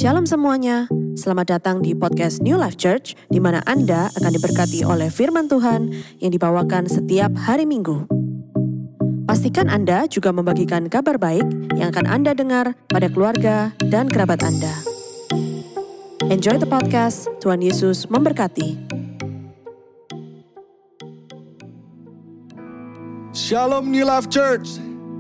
Shalom semuanya, selamat datang di podcast New Life Church, di mana Anda akan diberkati oleh firman Tuhan yang dibawakan setiap hari Minggu. Pastikan Anda juga membagikan kabar baik yang akan Anda dengar pada keluarga dan kerabat Anda. Enjoy the podcast, Tuhan Yesus memberkati. Shalom New Life Church.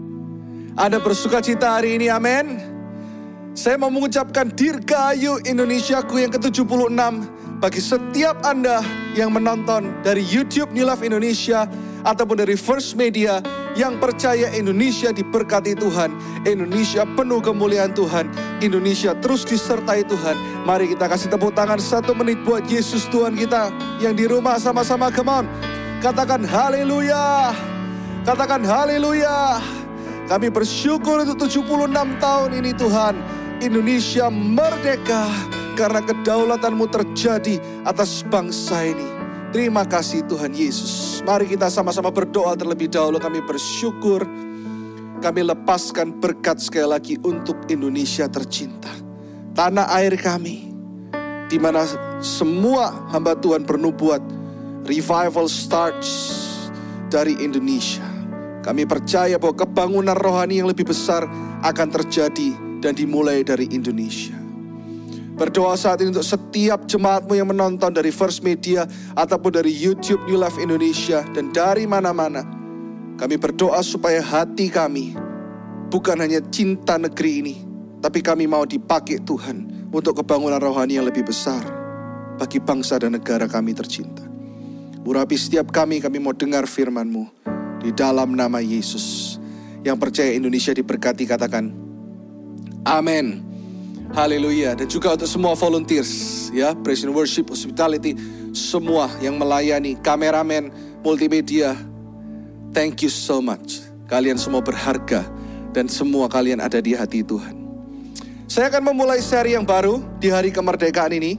Anda bersuka cita hari ini, amin. Saya mau mengucapkan Dirgahayu Indonesiaku yang ke-76 bagi setiap Anda yang menonton dari YouTube New Life Indonesia ataupun dari First Media yang percaya Indonesia diberkati Tuhan, Indonesia penuh kemuliaan Tuhan, Indonesia terus disertai Tuhan. Mari kita kasih tepuk tangan 1 menit buat Yesus Tuhan kita. Yang di rumah sama-sama, come on. Katakan haleluya. Katakan haleluya. Kami bersyukur untuk 76 tahun ini Tuhan. Indonesia merdeka karena kedaulatan-Mu terjadi atas bangsa ini. Terima kasih Tuhan Yesus. Mari kita sama-sama berdoa terlebih dahulu. Kami bersyukur. Kami lepaskan berkat sekali lagi untuk Indonesia tercinta. Tanah air kami, di mana semua hamba Tuhan bernubuat, revival starts dari Indonesia. Kami percaya bahwa kebangunan rohani yang lebih besar akan terjadi dan dimulai dari Indonesia. Berdoa saat ini untuk setiap jemaat-Mu yang menonton dari First Media ataupun dari YouTube New Life Indonesia dan dari mana-mana. Kami berdoa supaya hati kami bukan hanya cinta negeri ini, tapi kami mau dipakai Tuhan untuk kebangunan rohani yang lebih besar bagi bangsa dan negara kami tercinta. Urapi setiap kami mau dengar firman-Mu di dalam nama Yesus. Yang percaya Indonesia diberkati katakan amin. Haleluya. Dan juga untuk semua volunteers, ya, praise and worship, hospitality, semua yang melayani, kameramen, multimedia. Thank you so much. Kalian semua berharga dan semua kalian ada di hati Tuhan. Saya akan memulai seri yang baru di hari kemerdekaan ini.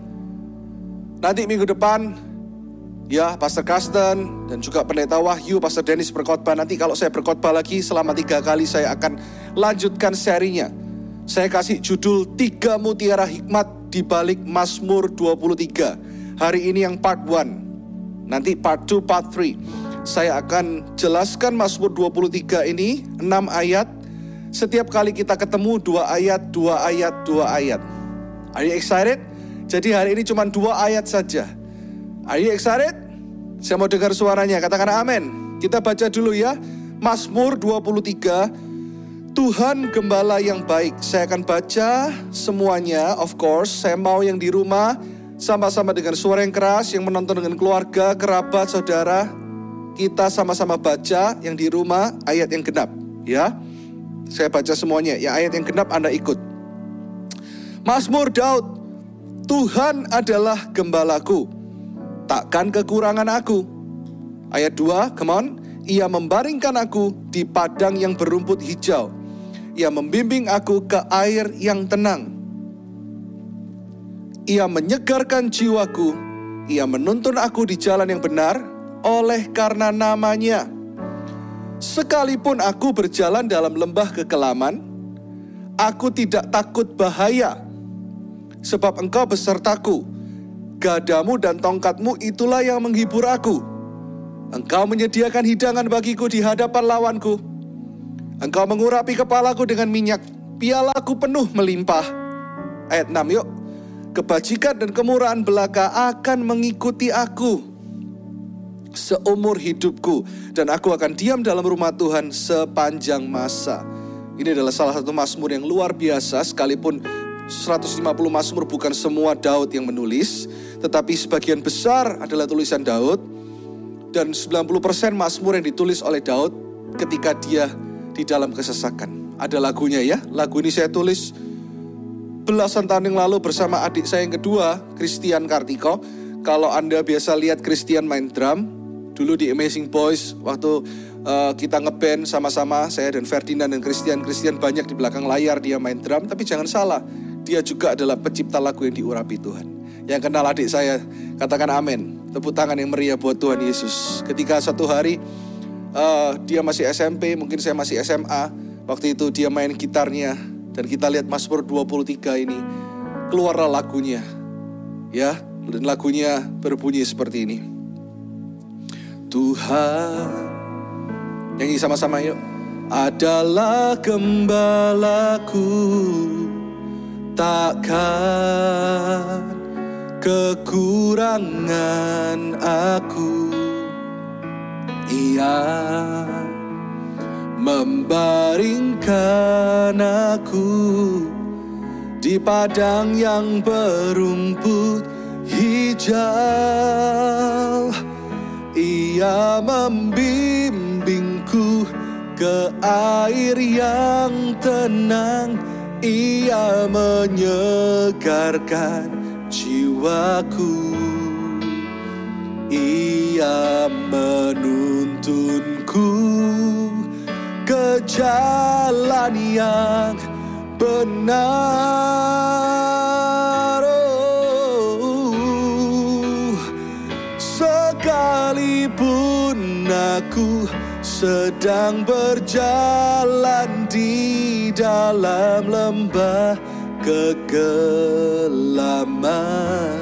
Nanti minggu depan, ya, Pastor Karsten dan juga Pendeta Wahyu, Pastor Dennis berkhotbah. Nanti kalau saya berkhotbah lagi selama 3 kali saya akan lanjutkan serinya. Saya kasih judul 3 mutiara hikmat di balik Mazmur 23. Hari ini yang part 1. Nanti part 2, part 3. Saya akan jelaskan Mazmur 23 ini 6 ayat. Setiap kali kita ketemu 2 ayat, 2 ayat, 2 ayat. Are you excited? Jadi hari ini cuma 2 ayat saja. Are you excited? Saya mau dengar suaranya, katakan amin. Kita baca dulu ya. Mazmur 23. Tuhan gembala yang baik. Saya akan baca semuanya, of course. Saya mau yang di rumah sama-sama dengan suara yang keras, yang menonton dengan keluarga, kerabat, saudara. Kita sama-sama baca yang di rumah ayat yang genap, ya. Saya baca semuanya, ya ayat yang genap Anda ikut. Mazmur Daud. Tuhan adalah gembalaku, takkan kekurangan aku. Ayat 2, come on. Ia membaringkan aku di padang yang berumput hijau. Ia membimbing aku ke air yang tenang. Ia menyegarkan jiwaku. Ia menuntun aku di jalan yang benar oleh karena namanya. Sekalipun aku berjalan dalam lembah kekelaman, aku tidak takut bahaya, sebab Engkau besertaku. Gadamu dan tongkatmu itulah yang menghibur aku. Engkau menyediakan hidangan bagiku di hadapan lawanku. Engkau mengurapi kepalaku dengan minyak, pialaku penuh melimpah. Ayat 6 yuk. Kebajikan dan kemurahan belaka akan mengikuti aku seumur hidupku, dan aku akan diam dalam rumah Tuhan sepanjang masa. Ini adalah salah satu mazmur yang luar biasa, sekalipun 150 mazmur bukan semua Daud yang menulis, tetapi sebagian besar adalah tulisan Daud. Dan 90% mazmur yang ditulis oleh Daud ketika dia di dalam kesesakan. Ada lagunya ya. Lagu ini saya tulis belasan tahun yang lalu bersama adik saya yang kedua, Christian Kartiko. Kalau Anda biasa lihat Christian main drum, dulu di Amazing Boys, waktu kita ngeband sama-sama, saya dan Ferdinand dan Christian banyak di belakang layar dia main drum. Tapi jangan salah, dia juga adalah pencipta lagu yang diurapi Tuhan. Yang kenal adik saya, katakan amin. Tepuk tangan yang meriah buat Tuhan Yesus. Ketika satu hari dia masih SMP, mungkin saya masih SMA. Waktu itu dia main gitarnya dan kita lihat Mazmur 23 ini. keluarlah lagunya. Ya, dan lagunya berbunyi seperti ini. Tuhan, nyanyi sama-sama yuk. Adalah gembalaku, takkan kekurangan aku. Ia membaringkan aku di padang yang berumput hijau. Ia membimbingku ke air yang tenang. Ia menyegarkan jiwaku. Ia menuntunku ke jalan yang benar. Sekalipun aku sedang berjalan di dalam lembah kegelapan,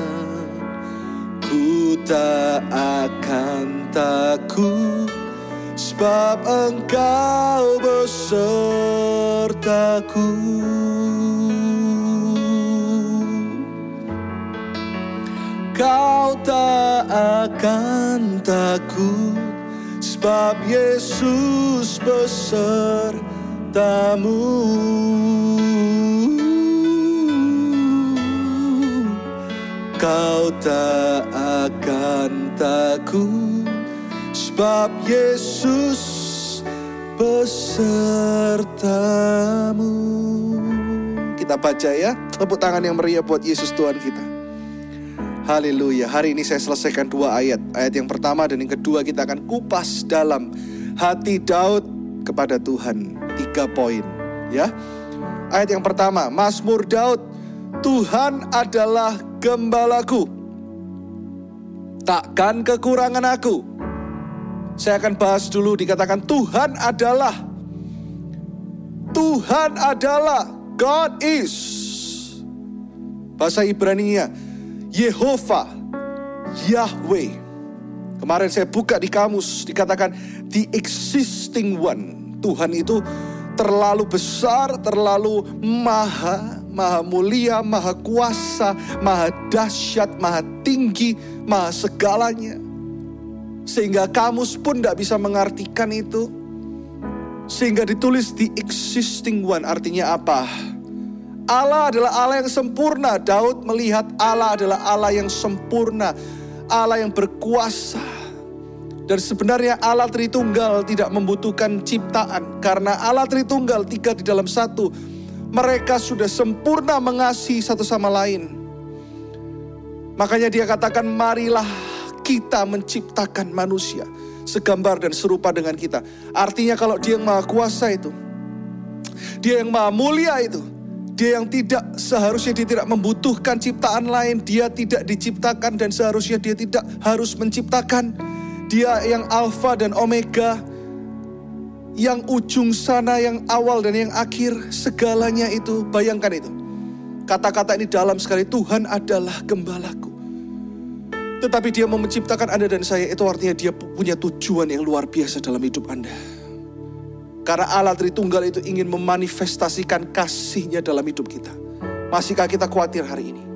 ku tak akan takut, sebab Engkau besertaku. Kau tak akan takut, sebab Yesus besertamu. Kau tak akan takut, sebab Yesus besertamu. Kita baca ya, tepuk tangan yang meriah buat Yesus Tuhan kita. Haleluya. Hari ini saya selesaikan 2 ayat. Ayat yang pertama dan yang kedua kita akan kupas dalam hati Daud kepada Tuhan. 3 poin ya. Ayat yang pertama, Mazmur Daud. Tuhan adalah gembalaku, takkan kekurangan aku. Saya akan bahas dulu, dikatakan Tuhan adalah. Tuhan adalah, God is. Bahasa Ibraninya Yehovah, Yahweh. Kemarin saya buka di kamus, dikatakan the existing one. Tuhan itu terlalu besar, terlalu maha mulia, maha kuasa, maha dahsyat, maha tinggi, maha segalanya. Sehingga kamus pun tidak bisa mengartikan itu. Sehingga ditulis the existing one, artinya apa? Allah adalah Allah yang sempurna. Daud melihat Allah adalah Allah yang sempurna, Allah yang berkuasa. Dan sebenarnya Allah Tritunggal tidak membutuhkan ciptaan. Karena Allah Tritunggal 3 di dalam 1. Mereka sudah sempurna mengasihi satu sama lain. Makanya dia katakan, marilah kita menciptakan manusia segambar dan serupa dengan kita. Artinya kalau dia yang maha kuasa itu, dia yang maha mulia itu, dia yang seharusnya dia tidak membutuhkan ciptaan lain. Dia tidak diciptakan dan seharusnya dia tidak harus menciptakan. Dia yang alfa dan omega, yang ujung sana, yang awal dan yang akhir, segalanya itu. Bayangkan itu. Kata-kata ini dalam sekali, Tuhan adalah gembalaku. Tetapi dia mau menciptakan Anda dan saya, itu artinya dia punya tujuan yang luar biasa dalam hidup Anda. Karena Allah Tritunggal itu ingin memanifestasikan kasih-Nya dalam hidup kita. Masihkah kita khawatir hari ini?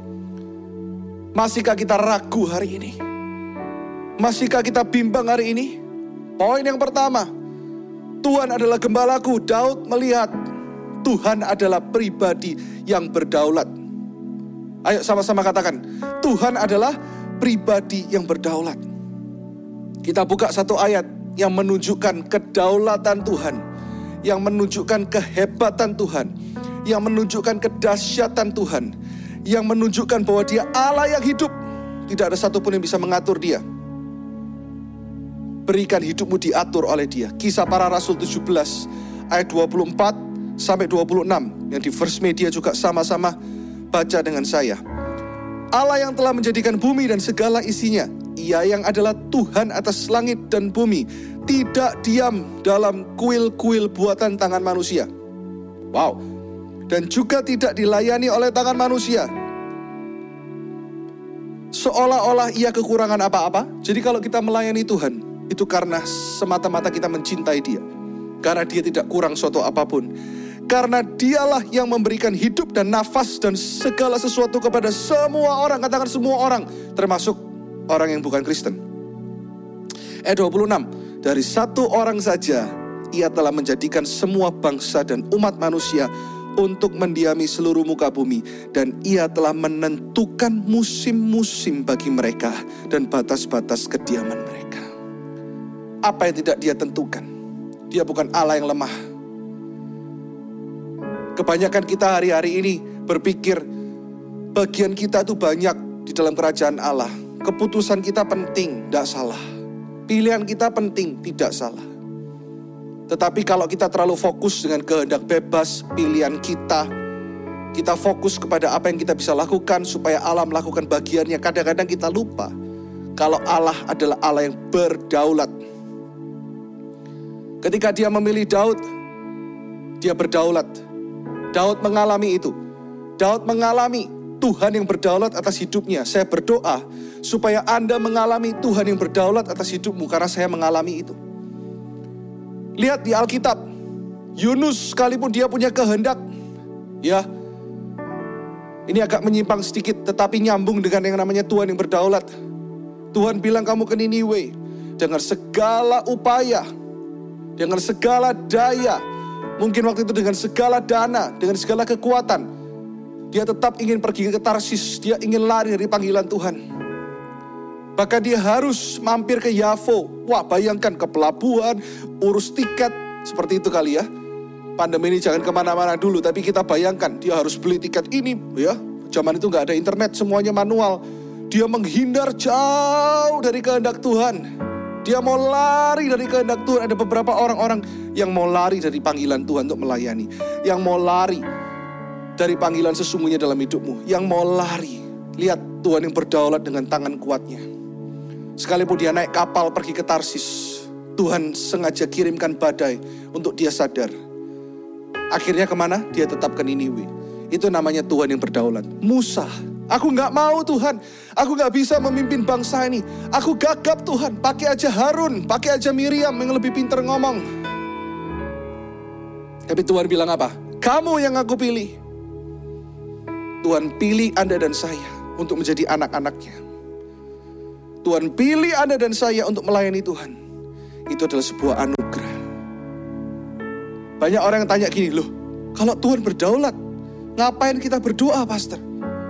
Masihkah kita ragu hari ini? Masihkah kita bimbang hari ini? Poin yang pertama, Tuhan adalah gembalaku. Daud melihat Tuhan adalah pribadi yang berdaulat. Ayo sama-sama katakan, Tuhan adalah pribadi yang berdaulat. Kita buka satu ayat yang menunjukkan kedaulatan Tuhan, yang menunjukkan kehebatan Tuhan, yang menunjukkan kedahsyatan Tuhan, yang menunjukkan bahwa Dia Allah yang hidup. Tidak ada satupun yang bisa mengatur Dia. Berikan hidupmu diatur oleh Dia. Kisah Para Rasul 17 ayat 24 sampai 26 yang di First Media juga sama-sama baca dengan saya. Allah yang telah menjadikan bumi dan segala isinya, Ia yang adalah Tuhan atas langit dan bumi, tidak diam dalam kuil-kuil buatan tangan manusia. Wow. dan juga tidak dilayani oleh tangan manusia. Seolah-olah ia kekurangan apa-apa. Jadi kalau kita melayani Tuhan, itu karena semata-mata kita mencintai Dia. Karena Dia tidak kurang suatu apapun. Karena Dialah yang memberikan hidup dan nafas dan segala sesuatu kepada semua orang. Katakan semua orang, termasuk orang yang bukan Kristen. Ayat 26, dari satu orang saja ia telah menjadikan semua bangsa dan umat manusia untuk mendiami seluruh muka bumi. Dan ia telah menentukan musim-musim bagi mereka dan batas-batas kediaman mereka. Apa yang tidak Dia tentukan? Dia bukan Allah yang lemah. Kebanyakan kita hari-hari ini berpikir bagian kita itu banyak di dalam kerajaan Allah. Keputusan kita penting, tidak salah. Pilihan kita penting, tidak salah. Tetapi kalau kita terlalu fokus dengan kehendak bebas pilihan kita fokus kepada apa yang kita bisa lakukan supaya Allah melakukan bagiannya. Kadang-kadang kita lupa kalau Allah adalah Allah yang berdaulat. Ketika Dia memilih Daud, Dia berdaulat. Daud mengalami itu. Daud mengalami Tuhan yang berdaulat atas hidupnya. Saya berdoa supaya Anda mengalami Tuhan yang berdaulat atas hidupmu, karena saya mengalami itu. Lihat di Alkitab, Yunus sekalipun dia punya kehendak, ya, ini agak menyimpang sedikit, tetapi nyambung dengan yang namanya Tuhan yang berdaulat. Tuhan bilang kamu ke Niniwe, dengan segala upaya, dengan segala daya, mungkin waktu itu dengan segala dana, dengan segala kekuatan, dia tetap ingin pergi ke Tarsis, dia ingin lari dari panggilan Tuhan. Bahkan dia harus mampir ke Yafo. Wah, bayangkan ke pelabuhan, urus tiket. Seperti itu kali ya. Pandemi ini jangan kemana-mana dulu. Tapi kita bayangkan, dia harus beli tiket ini. Ya, zaman itu gak ada internet, semuanya manual. Dia menghindar jauh dari kehendak Tuhan. Dia mau lari dari kehendak Tuhan. Ada beberapa orang-orang yang mau lari dari panggilan Tuhan untuk melayani. Yang mau lari dari panggilan sesungguhnya dalam hidupmu. Yang mau lari. Lihat Tuhan yang berdaulat dengan tangan kuatnya. Sekalipun dia naik kapal pergi ke Tarsis, Tuhan sengaja kirimkan badai untuk dia sadar. Akhirnya kemana? Dia tetap ke Niniwe. Itu namanya Tuhan yang berdaulat. Musa, aku gak mau Tuhan. Aku gak bisa memimpin bangsa ini. Aku gagap Tuhan. Pakai aja Harun, pakai aja Miriam yang lebih pintar ngomong. Tapi Tuhan bilang apa? Kamu yang aku pilih. Tuhan pilih Anda dan saya untuk menjadi anak-anaknya. Tuhan pilih Anda dan saya untuk melayani Tuhan. Itu adalah sebuah anugerah. Banyak orang yang tanya gini, loh, kalau Tuhan berdaulat, ngapain kita berdoa, Pastor?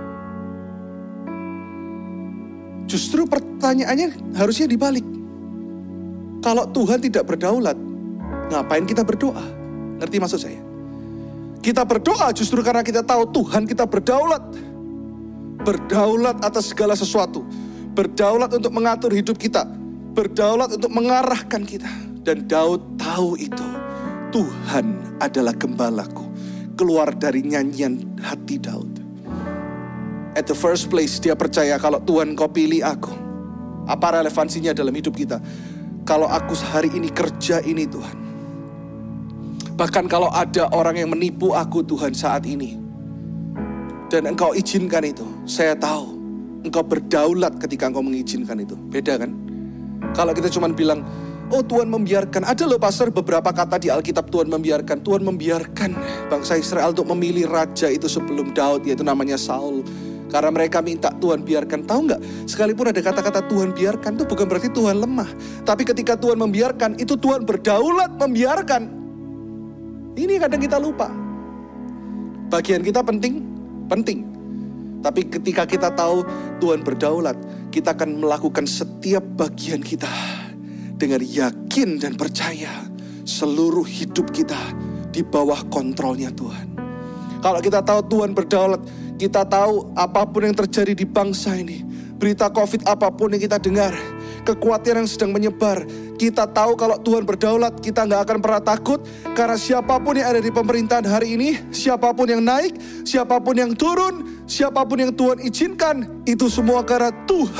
Justru pertanyaannya harusnya dibalik. Kalau Tuhan tidak berdaulat, ngapain kita berdoa? Ngerti maksud saya? Kita berdoa justru karena kita tahu Tuhan kita berdaulat. Berdaulat atas segala sesuatu. Berdaulat untuk mengatur hidup kita. Berdaulat untuk mengarahkan kita. Dan Daud tahu itu. Tuhan adalah gembalaku. Keluar dari nyanyian hati Daud. At the first place dia percaya kalau Tuhan kau pilih aku. Apa relevansinya dalam hidup kita? Kalau aku hari ini kerja ini Tuhan. Bahkan kalau ada orang yang menipu aku Tuhan saat ini. Dan Engkau izinkan itu. Saya tahu Engkau berdaulat ketika Engkau mengizinkan itu. Beda kan? Kalau kita cuma bilang, oh Tuhan membiarkan. Ada loh pastor beberapa kata di Alkitab Tuhan membiarkan. Tuhan membiarkan bangsa Israel untuk memilih raja itu sebelum Daud. Yaitu namanya Saul. Karena mereka minta Tuhan biarkan. Tahu gak? Sekalipun ada kata-kata Tuhan biarkan. Itu bukan berarti Tuhan lemah. Tapi ketika Tuhan membiarkan. Itu Tuhan berdaulat membiarkan. Ini kadang kita lupa. Bagian kita penting. Penting. Tapi ketika kita tahu Tuhan berdaulat, kita akan melakukan setiap bagian kita dengan yakin dan percaya seluruh hidup kita di bawah kontrolnya Tuhan. Kalau kita tahu Tuhan berdaulat, kita tahu apapun yang terjadi di bangsa ini, berita COVID apapun yang kita dengar, kekhawatiran yang sedang menyebar, kita tahu kalau Tuhan berdaulat, kita gak akan pernah takut. Karena siapapun yang ada di pemerintahan hari ini, siapapun yang naik, siapapun yang turun, siapapun yang Tuhan izinkan, itu semua karena Tuhan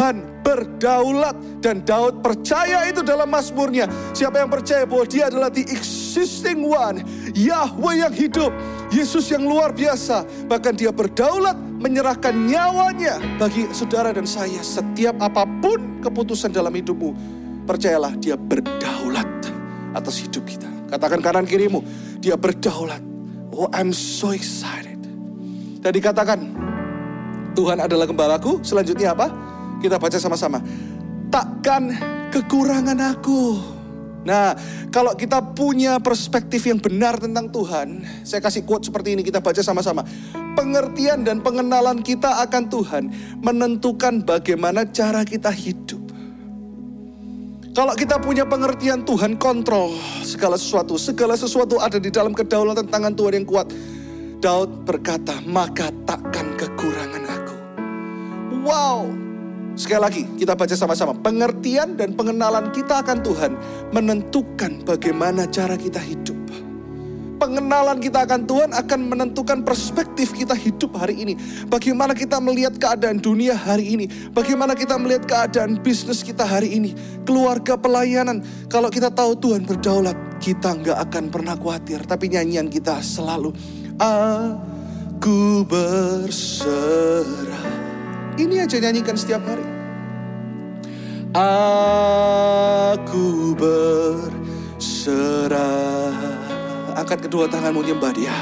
berdaulat. Dan Daud percaya itu dalam Mazmurnya. Siapa yang percaya bahwa dia adalah the existing one, Yahweh yang hidup, Yesus yang luar biasa. Bahkan dia berdaulat, menyerahkan nyawanya bagi saudara dan saya. Setiap apapun keputusan dalam hidupmu, percayalah dia berdaulat atas hidup kita. Katakan kanan kirimu, dia berdaulat. Oh, I'm so excited. Tadi katakan, Tuhan adalah gembalaku. Selanjutnya apa? Kita baca sama-sama. Takkan kekurangan aku. Nah, kalau kita punya perspektif yang benar tentang Tuhan, saya kasih quote seperti ini, kita baca sama-sama. Pengertian dan pengenalan kita akan Tuhan menentukan bagaimana cara kita hidup. Kalau kita punya pengertian Tuhan kontrol segala sesuatu ada di dalam kedaulatan tangan Tuhan yang kuat. Daud berkata, maka takkan kekurangan aku. Wow. Sekali lagi kita baca sama-sama. Pengertian dan pengenalan kita akan Tuhan menentukan bagaimana cara kita hidup. Pengenalan kita akan Tuhan akan menentukan perspektif kita hidup hari ini. Bagaimana kita melihat keadaan dunia hari ini. Bagaimana kita melihat keadaan bisnis kita hari ini. Keluarga, pelayanan. Kalau kita tahu Tuhan berdaulat, kita gak akan pernah khawatir. Tapi nyanyian kita selalu, aku berserah. Ini aja nyanyikan setiap hari. Aku berserah. Angkat kedua tanganmu, nyembah dia.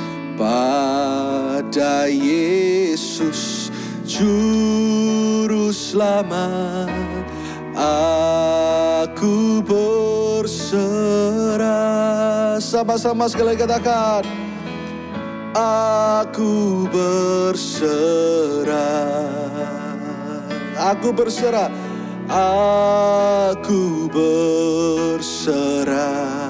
Pada Yesus Juru Selamat, aku berserah. Sama-sama sekali katakan. Aku berserah. Aku berserah. Aku berserah.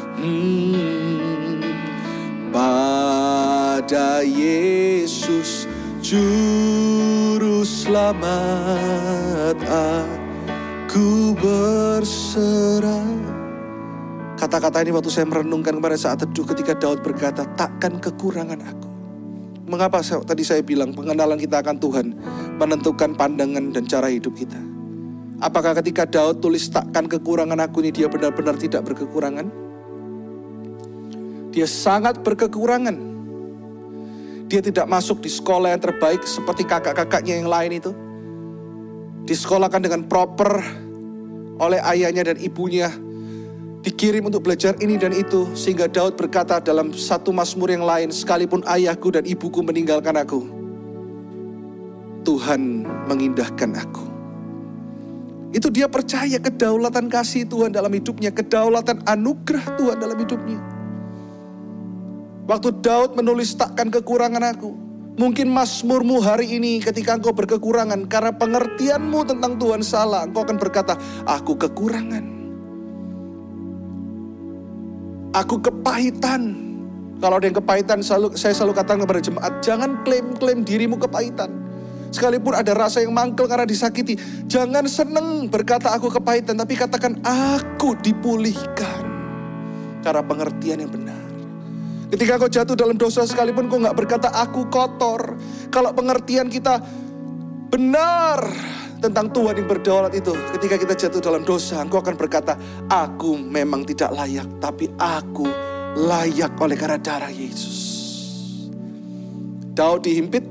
Pada Yesus Juru Selamat, aku berserah. Kata-kata ini waktu saya merenungkan pada saat teduh ketika Daud berkata, takkan kekurangan aku. Mengapa tadi saya bilang pengenalan kita akan Tuhan menentukan pandangan dan cara hidup kita. Apakah ketika Daud tulis takkan kekurangan aku ini dia benar-benar tidak berkekurangan? Dia sangat berkekurangan. Dia tidak masuk di sekolah yang terbaik seperti kakak-kakaknya yang lain itu. Disekolahkan dengan proper oleh ayahnya dan ibunya. Dikirim untuk belajar ini dan itu. Sehingga Daud berkata dalam satu Mazmur yang lain, sekalipun ayahku dan ibuku meninggalkan aku, Tuhan mengindahkan aku. Itu dia percaya kedaulatan kasih Tuhan dalam hidupnya. Kedaulatan anugerah Tuhan dalam hidupnya. Waktu Daud menulis takkan kekurangan aku. Mungkin Mazmurmu hari ini ketika engkau berkekurangan, karena pengertianmu tentang Tuhan salah, engkau akan berkata, aku kekurangan. Aku kepahitan. Kalau ada yang kepahitan, saya selalu katakan kepada jemaat, jangan klaim-klaim dirimu kepahitan. Sekalipun ada rasa yang mangkel karena disakiti, jangan seneng berkata aku kepahitan, tapi katakan aku dipulihkan. Karena pengertian yang benar. Ketika kau jatuh dalam dosa sekalipun kau gak berkata aku kotor. Kalau pengertian kita benar tentang Tuhan yang berdaulat itu, ketika kita jatuh dalam dosa, engkau akan berkata, aku memang tidak layak, tapi aku layak oleh karena darah Yesus. Daud dihimpit,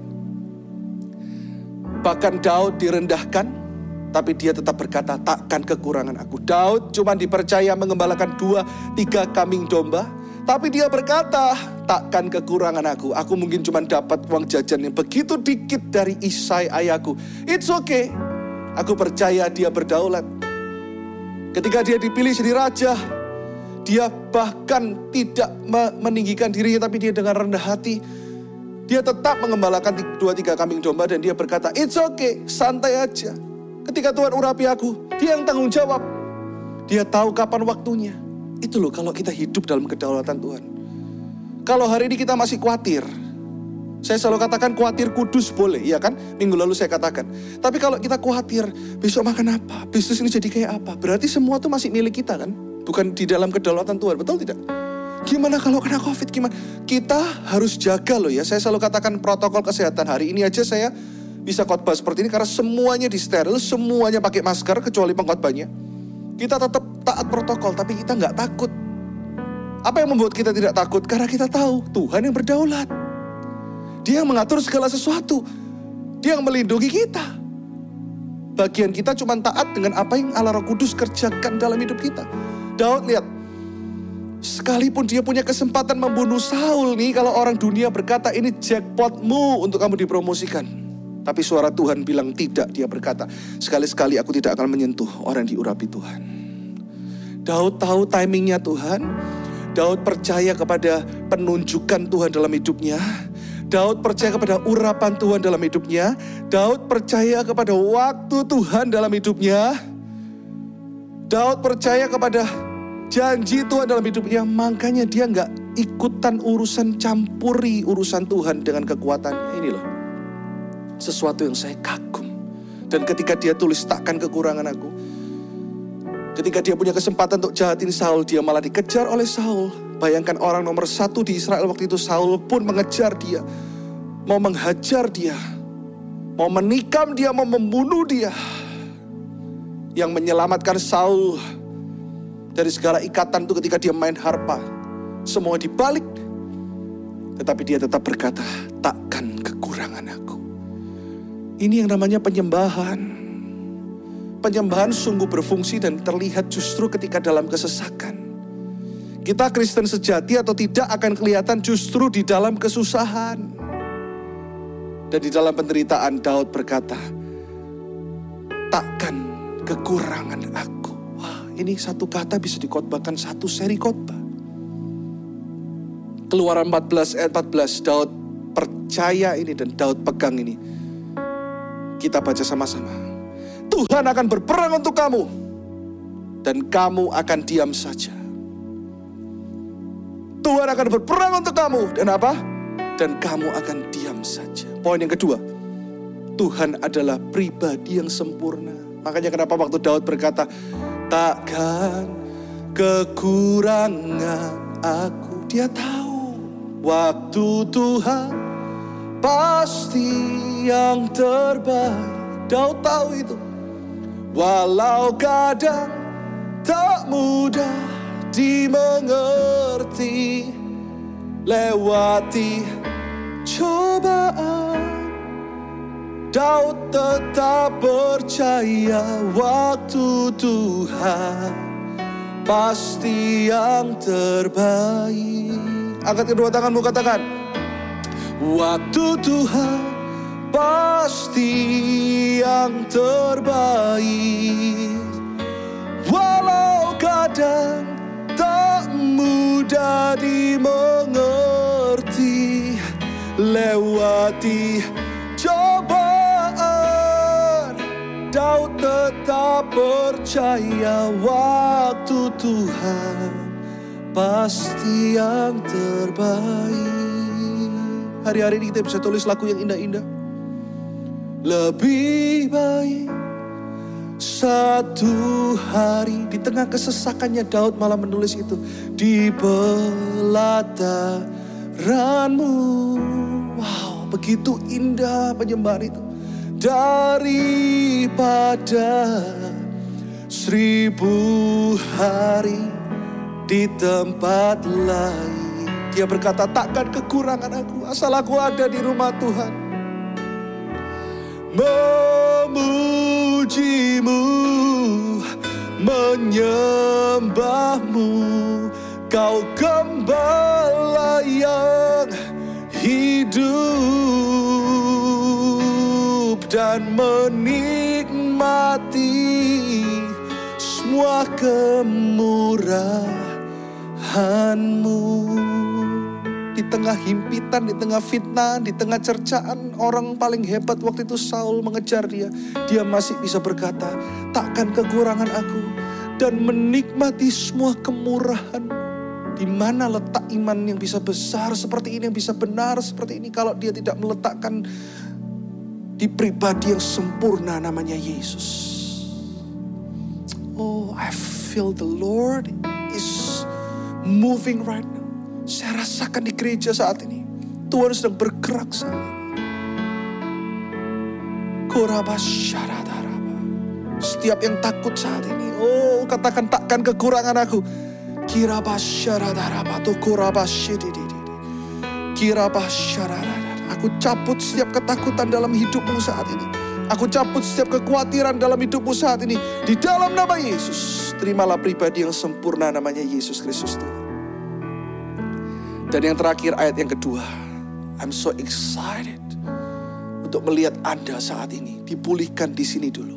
bahkan Daud direndahkan, tapi dia tetap berkata, takkan kekurangan aku. Daud cuma dipercaya mengembalakan 2-3 kambing domba, tapi dia berkata, takkan kekurangan aku. Aku mungkin cuma dapat uang jajan yang begitu dikit dari Isai ayahku. It's okay. Aku percaya dia berdaulat. Ketika dia dipilih jadi raja, dia bahkan tidak meninggikan dirinya, tapi dia dengan rendah hati. Dia tetap mengembalakan 2-3 kambing domba dan dia berkata, it's okay, santai aja. Ketika Tuhan urapi aku, dia yang tanggung jawab. Dia tahu kapan waktunya. Itu loh kalau kita hidup dalam kedaulatan Tuhan. Kalau hari ini kita masih khawatir, saya selalu katakan khawatir kudus boleh, ya kan? Minggu lalu saya katakan. Tapi kalau kita khawatir, besok makan apa? Bisnis ini jadi kayak apa? Berarti semua itu masih milik kita kan? Bukan di dalam kedaulatan Tuhan, betul tidak? Gimana kalau kena COVID? Gimana? Kita harus jaga loh ya. Saya selalu katakan protokol kesehatan. Hari ini aja saya bisa khotbah seperti ini karena semuanya disteril, semuanya pakai masker kecuali pengkhotbahnya. Kita tetap taat protokol, tapi kita nggak takut. Apa yang membuat kita tidak takut? Karena kita tahu Tuhan yang berdaulat. Dia yang mengatur segala sesuatu. Dia yang melindungi kita. Bagian kita cuma taat dengan apa yang Allah Roh Kudus kerjakan dalam hidup kita. Daud lihat, sekalipun dia punya kesempatan membunuh Saul nih, kalau orang dunia berkata ini jackpotmu untuk kamu dipromosikan. Tapi suara Tuhan bilang tidak, dia berkata, sekali-sekali aku tidak akan menyentuh orang yang diurapi Tuhan. Daud tahu timingnya Tuhan. Daud percaya kepada penunjukan Tuhan dalam hidupnya. Daud percaya kepada urapan Tuhan dalam hidupnya. Daud percaya kepada waktu Tuhan dalam hidupnya. Daud percaya kepada janji Tuhan dalam hidupnya. Makanya dia gak ikutan urusan, campuri urusan Tuhan dengan kekuatannya. Ini loh, sesuatu yang saya kagum. Dan ketika dia tulis takkan kekurangan aku, ketika dia punya kesempatan untuk jahatin Saul, dia malah dikejar oleh Saul. Bayangkan orang nomor 1 di Israel waktu itu, Saul pun mengejar dia. Mau menghajar dia. Mau menikam dia, mau membunuh dia. Yang menyelamatkan Saul dari segala ikatan itu ketika dia main harpa. Semua dibalik. Tetapi dia tetap berkata, takkan kekurangan aku. Ini yang namanya penyembahan. Penyembahan sungguh berfungsi dan terlihat justru ketika dalam kesesakan. Kita Kristen sejati atau tidak akan kelihatan justru di dalam kesusahan. Dan di dalam penderitaan Daud berkata, takkan kekurangan aku. Wah, ini satu kata bisa dikhotbahkan satu seri khotbah. Keluaran 14 ayat 14, Daud percaya ini dan Daud pegang ini. Kita baca sama-sama. Tuhan akan berperang untuk kamu dan kamu akan diam saja. Tuhan akan berperang untuk kamu dan apa? Dan kamu akan diam saja. Poin yang kedua, Tuhan adalah pribadi yang sempurna. Makanya kenapa waktu Daud berkata, takkan kekurangan aku. Dia tahu waktu Tuhan pasti yang terbaik. Daud tahu itu. Walau kadang tak mudah dimengerti, lewati cobaan, Daud tetap percaya waktu Tuhan pasti yang terbaik. Angkat kedua tanganmu, katakan, waktu Tuhan pasti yang terbaik. Walau kadang tak mudah dimengerti, lewati cobaan, Daud tetap percaya waktu Tuhan pasti yang terbaik. Hari-hari ini kita bisa tulis lagu yang indah-indah. Lebih baik satu hari, di tengah kesesakannya Daud malah menulis itu, di pelataranmu. Wow, begitu indah penyembahan itu. Daripada 1000 hari di tempat lain. Dia berkata, takkan kekurangan aku asal aku ada di rumah Tuhan. Memujimu, menyembahmu, kau gembala yang hidup dan menikmati semua kemurahan-Mu. Di tengah himpitan, di tengah fitnah, di tengah cercaan orang paling hebat waktu itu Saul mengejar dia. Dia masih bisa berkata, takkan kekurangan aku, dan menikmati semua kemurahan. Di mana letak iman yang bisa besar seperti ini, yang bisa benar seperti ini, kalau dia tidak meletakkan di pribadi yang sempurna namanya Yesus. Oh, I feel the Lord is moving right now. Saya rasakan di gereja saat ini, Tuhan sedang bergerak saat ini. Korabasyaradaraba. Setiap yang takut saat ini, katakan takkan kekurangan aku. Kirabasyaradaraba tu korabasyidididi. Kirabasyaradaraba. Aku cabut setiap ketakutan dalam hidupmu saat ini. Aku cabut setiap kekhawatiran dalam hidupmu saat ini. Di dalam nama Yesus, terimalah pribadi yang sempurna namanya Yesus Kristus Tuhan. Dan yang terakhir ayat yang kedua. I'm so excited untuk melihat Anda saat ini dipulihkan di sini dulu.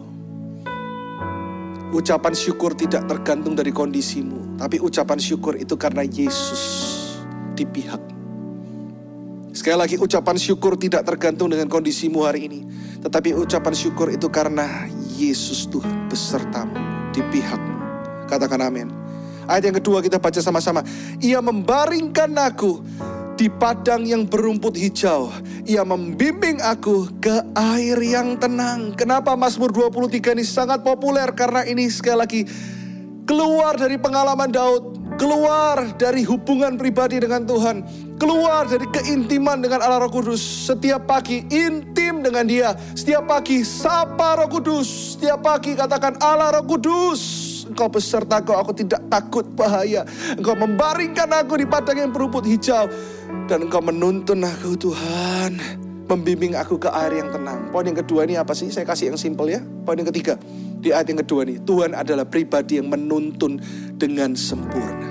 Ucapan syukur tidak tergantung dari kondisimu, tapi ucapan syukur itu karena Yesus di pihakmu. Sekali lagi, ucapan syukur tidak tergantung dengan kondisimu hari ini, tetapi ucapan syukur itu karena Yesus Tuhan besertamu di pihakmu. Katakan amin. Ayat yang kedua kita baca sama-sama. Ia membaringkan aku di padang yang berumput hijau. Ia membimbing aku ke air yang tenang. Kenapa Mazmur 23 ini sangat populer? Karena ini sekali lagi keluar dari pengalaman Daud. Keluar dari hubungan pribadi dengan Tuhan. Keluar dari keintiman dengan Allah Roh Kudus. Setiap pagi intim dengan Dia. Setiap pagi sapa Roh Kudus. Setiap pagi katakan Allah Roh Kudus. Engkau besertaku, aku tidak takut bahaya. Engkau membaringkan aku di padang yang berumput hijau. Dan Engkau menuntun aku Tuhan. Membimbing aku ke air yang tenang. Poin yang kedua ini apa sih? Saya kasih yang simple ya. Poin yang ketiga. Di ayat yang kedua ini. Tuhan adalah pribadi yang menuntun dengan sempurna.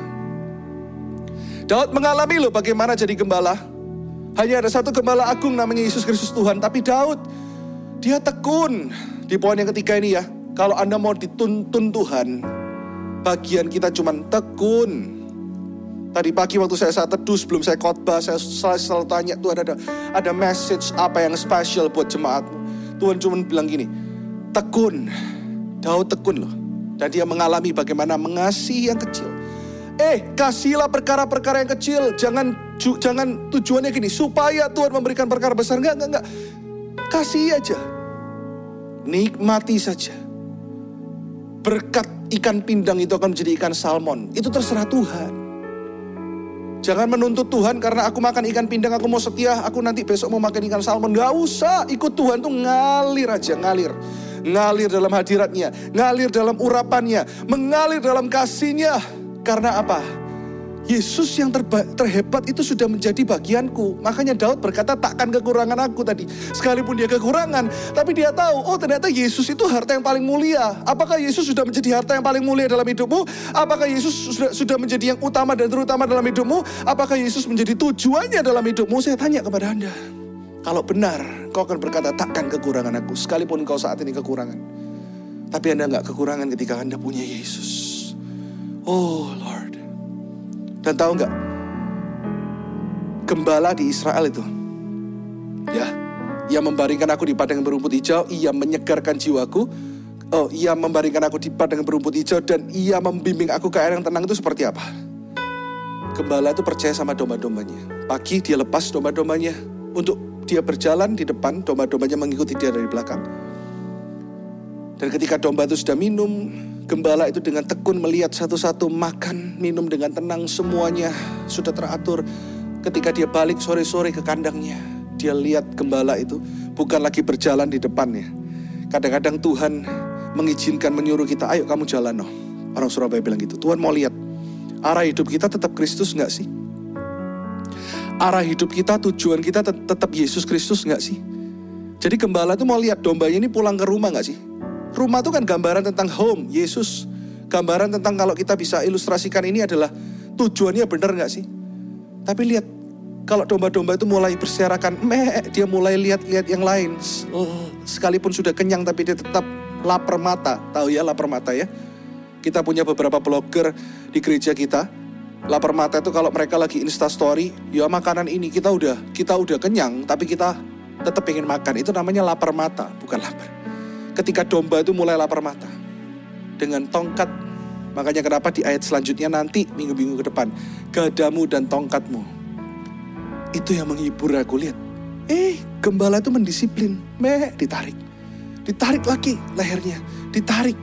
Daud mengalami loh bagaimana jadi gembala. Hanya ada satu gembala agung namanya Yesus Kristus Tuhan. Tapi Daud, dia tekun. Di poin yang ketiga ini ya. Kalau Anda mau dituntun Tuhan, bagian kita cuma tekun. Tadi pagi waktu saya saat teduh sebelum saya khotbah, saya selalu tanya, Tuhan ada message apa yang spesial buat jemaatmu. Tuhan cuma bilang gini, tekun. Daud tekun loh. Dan dia mengalami bagaimana mengasihi yang kecil. Kasihlah perkara-perkara yang kecil. Jangan tujuannya gini, supaya Tuhan memberikan perkara besar. Enggak. Kasih aja. Nikmati saja. Berkat ikan pindang itu akan menjadi ikan salmon. Itu terserah Tuhan. Jangan menuntut Tuhan karena aku makan ikan pindang, aku mau setia, aku nanti besok mau makan ikan salmon. Gak usah, ikut Tuhan tuh ngalir aja, ngalir. Ngalir dalam hadiratnya, ngalir dalam urapannya, mengalir dalam kasihnya. Karena apa? Yesus yang terhebat itu sudah menjadi bagianku. Makanya Daud berkata takkan kekurangan aku tadi. Sekalipun dia kekurangan, tapi dia tahu, ternyata Yesus itu harta yang paling mulia. Apakah Yesus sudah menjadi harta yang paling mulia dalam hidupmu? Apakah Yesus sudah menjadi yang utama dan terutama dalam hidupmu? Apakah Yesus menjadi tujuannya dalam hidupmu? Saya tanya kepada Anda. Kalau benar, kau akan berkata takkan kekurangan aku. Sekalipun kau saat ini kekurangan. Tapi Anda gak kekurangan ketika Anda punya Yesus. Oh Lord. Dan tahu nggak, gembala di Israel itu, ya, ia membaringkan aku di padang yang berumput hijau, ia menyegarkan jiwaku. Ia membaringkan aku di padang yang berumput hijau dan ia membimbing aku ke air yang tenang. Itu seperti apa? Gembala itu percaya sama domba-dombanya. Pagi dia lepas domba-dombanya untuk dia berjalan di depan, domba-dombanya mengikuti dia dari belakang. Dan ketika domba itu sudah minum, gembala itu dengan tekun melihat satu-satu makan, minum dengan tenang, semuanya sudah teratur. Ketika dia balik sore-sore ke kandangnya, dia lihat gembala itu bukan lagi berjalan di depannya. Kadang-kadang Tuhan mengizinkan, menyuruh kita, ayo kamu jalan. Orang Surabaya bilang gitu, Tuhan mau lihat arah hidup kita tetap Kristus gak sih? Arah hidup kita, tujuan kita tetap Yesus Kristus gak sih? Jadi gembala itu mau lihat dombanya ini pulang ke rumah gak sih? Rumah itu kan gambaran tentang home, Yesus. Gambaran tentang kalau kita bisa ilustrasikan ini adalah tujuannya benar gak sih? Tapi lihat, kalau domba-domba itu mulai berserakan, dia mulai lihat-lihat yang lain. Sekalipun sudah kenyang tapi dia tetap lapar mata. Tahu ya lapar mata ya? Kita punya beberapa blogger di gereja kita. Lapar mata itu kalau mereka lagi instastory, ya makanan ini kita udah kenyang tapi kita tetap pengen makan. Itu namanya lapar mata, bukan lapar. Ketika domba itu mulai lapar mata dengan tongkat, makanya kenapa di ayat selanjutnya nanti minggu-minggu ke depan, gadamu dan tongkatmu itu yang menghibur aku. Lihat, gembala itu mendisiplin, ditarik lagi lehernya, ditarik,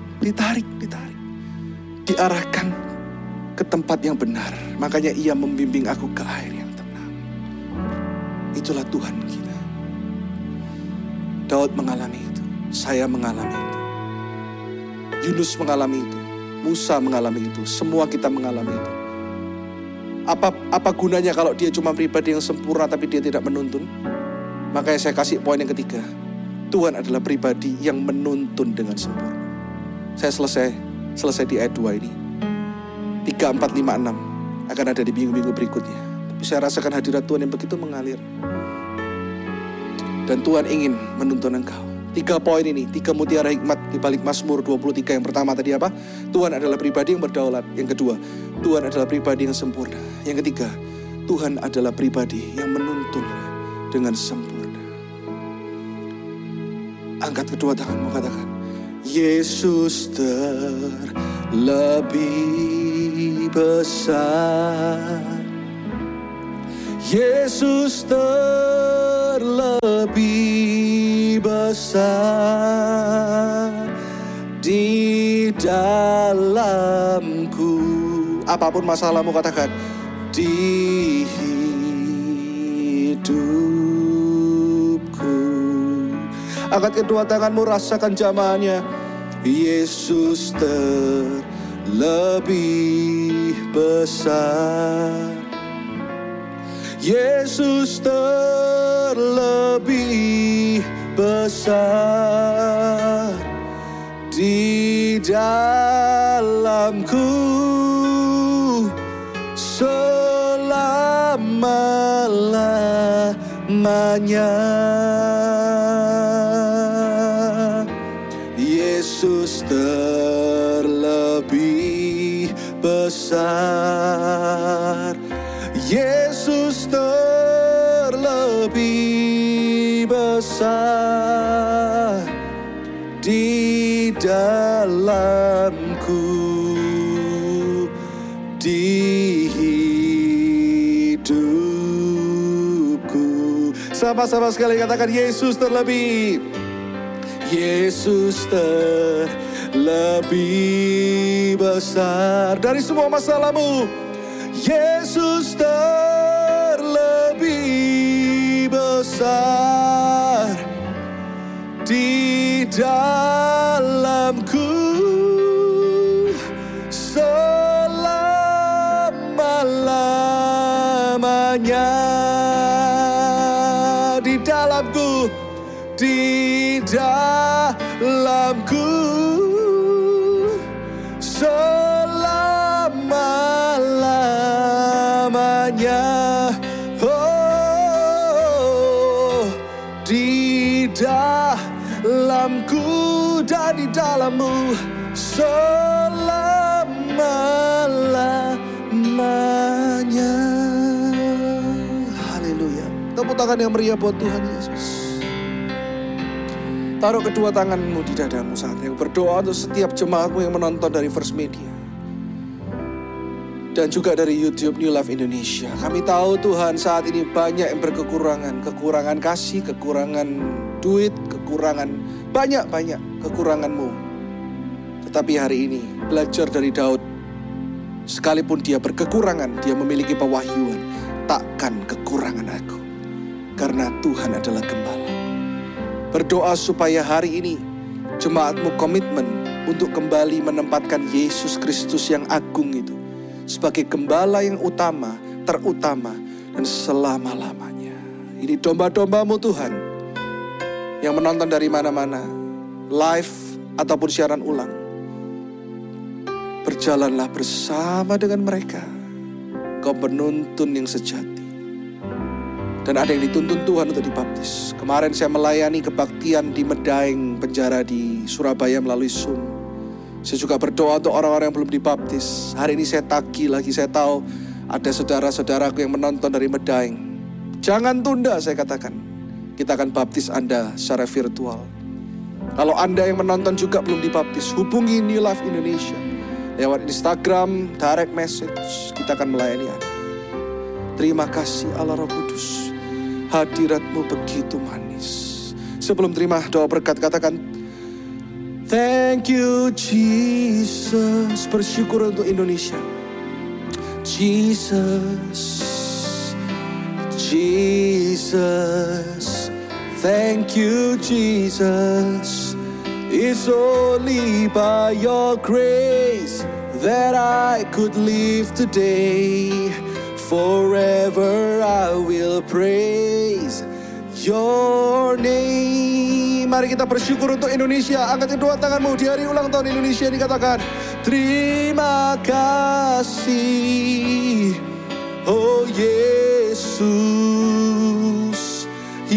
diarahkan ke tempat yang benar. Makanya ia membimbing aku ke air yang tenang. Itulah Tuhan kita. Daud mengalami itu. Saya mengalami itu. Yunus mengalami itu. Musa mengalami itu. Semua kita mengalami itu. Apa gunanya kalau dia cuma pribadi yang sempurna tapi dia tidak menuntun? Makanya saya kasih poin yang ketiga. Tuhan adalah pribadi yang menuntun dengan sempurna. Saya selesai di ayat 2 ini. 3, 4, 5, 6 akan ada di minggu-minggu berikutnya. Tapi saya rasakan hadirat Tuhan yang begitu mengalir. Dan Tuhan ingin menuntun engkau. 3 poin ini, 3 mutiara hikmat di balik Mazmur 23. Yang pertama tadi apa? Tuhan adalah pribadi yang berdaulat. Yang kedua, Tuhan adalah pribadi yang sempurna. Yang ketiga, Tuhan adalah pribadi yang menuntun dengan sempurna. Angkat kedua tanganmu, katakan, Yesus terlebih besar. Yesus terlebih besar di dalamku. Apapun masalahmu, katakan, di hidupku. Angkat kedua tanganmu, rasakan jamahannya. Yesus terlebih besar. Yesus terlebih besar di dalamku selama-lamanya. Yesus terlebih besar. Yesus terlebih besar di dalamku, di hidupku. Sama-sama sekali katakan, Yesus terlebih. Yesus terlebih besar dari semua masalahmu. Yesus terlebih besar di dalamku selama-lamanya. Di dalamku, di dalamku selama-lamanya. Oh, di dalamku dan di dalammu selama-lamanya. Haleluya. Tepuk tangan yang meriah buat Tuhan Yesus. Taruh kedua tanganmu di dadamu saat yang berdoa untuk setiap jemaatmu yang menonton dari First Media dan juga dari YouTube New Life Indonesia. Kami tahu Tuhan saat ini banyak yang kekurangan kasih, kekurangan duit, kekurangan banyak kekuranganmu. Tetapi hari ini belajar dari Daud, sekalipun dia berkekurangan, dia memiliki pewahyuan, takkan kekurangan aku, karena Tuhan adalah gembala. Berdoa supaya hari ini jemaatmu komitmen untuk kembali menempatkan Yesus Kristus yang agung itu sebagai gembala yang utama, terutama, dan selama-lamanya. Ini domba-dombamu Tuhan yang menonton dari mana-mana, live ataupun siaran ulang. Berjalanlah bersama dengan mereka, Kau penuntun yang sejati. Dan ada yang dituntun Tuhan untuk dibaptis. Kemarin saya melayani kebaktian di Medaeng, penjara di Surabaya melalui Zoom. Saya juga berdoa untuk orang-orang yang belum dibaptis. Hari ini saya tagih lagi, saya tahu ada saudara-saudaraku yang menonton dari Medaeng. Jangan tunda, saya katakan. Kita akan baptis Anda secara virtual. Kalau Anda yang menonton juga belum dibaptis, hubungi New Life Indonesia. Lewat Instagram, direct message, kita akan melayani Anda. Terima kasih Allah Roh Kudus. Hadirat-Mu begitu manis. Sebelum terima doa berkat, katakan, thank you Jesus. Bersyukur untuk Indonesia. Jesus, Jesus, thank you Jesus. It's only by your grace that I could live today. Forever I will praise your name. Mari kita bersyukur untuk Indonesia. Angkat kedua tanganmu di hari ulang tahun Indonesia ini, katakan terima kasih, oh Yesus,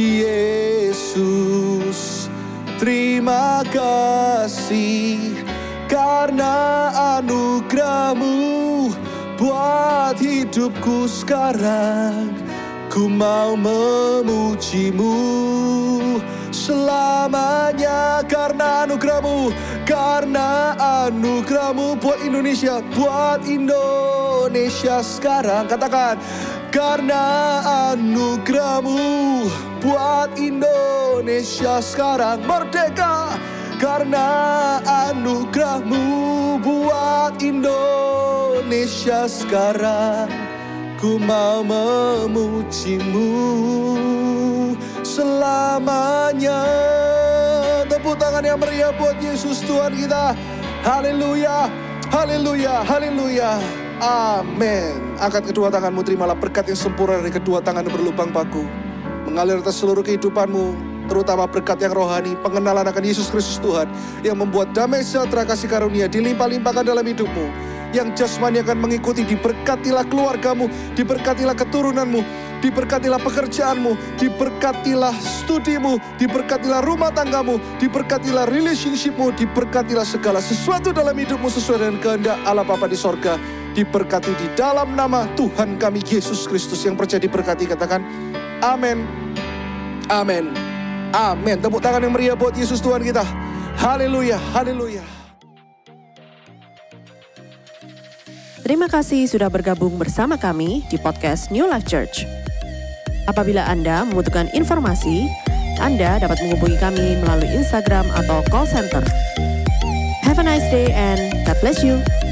Yesus. Terima kasih karena anugerah-Mu buat hidupku sekarang. Ku mau memuji-Mu selamanya karena anugerah-Mu. Karena anugerah-Mu buat Indonesia, buat Indonesia sekarang. Katakan, karena anugerah-Mu buat Indonesia sekarang merdeka. Karena anugerah-Mu buat Indonesia sekarang. Ku mau memuji-Mu selamanya. Tepuk tangan yang meriah buat Yesus Tuhan kita. Haleluya, haleluya, haleluya. Amin. Angkat kedua tanganmu, terimalah berkat yang sempurna dari kedua tangan berlubang paku mengalir atas seluruh kehidupanmu, terutama berkat yang rohani, pengenalan akan Yesus Kristus Tuhan yang membuat damai sejahtera kasih karunia dilimpah-limpahkan dalam hidupmu. Yang jasmani akan mengikuti, diberkatilah keluargamu, diberkatilah keturunanmu, diberkatilah pekerjaanmu, diberkatilah studimu, diberkatilah rumah tanggamu, diberkatilah relationshipmu, diberkatilah segala sesuatu dalam hidupmu sesuai dengan kehendak Allah Bapa di sorga. Diberkati di dalam nama Tuhan kami Yesus Kristus. Yang percaya diberkati katakan amin, amin, amin. Tepuk tangan yang meriah buat Yesus Tuhan kita. Haleluya, haleluya. Terima kasih sudah bergabung bersama kami di podcast New Life Church. Apabila Anda membutuhkan informasi, Anda dapat menghubungi kami melalui Instagram atau call center. Have a nice day and God bless you.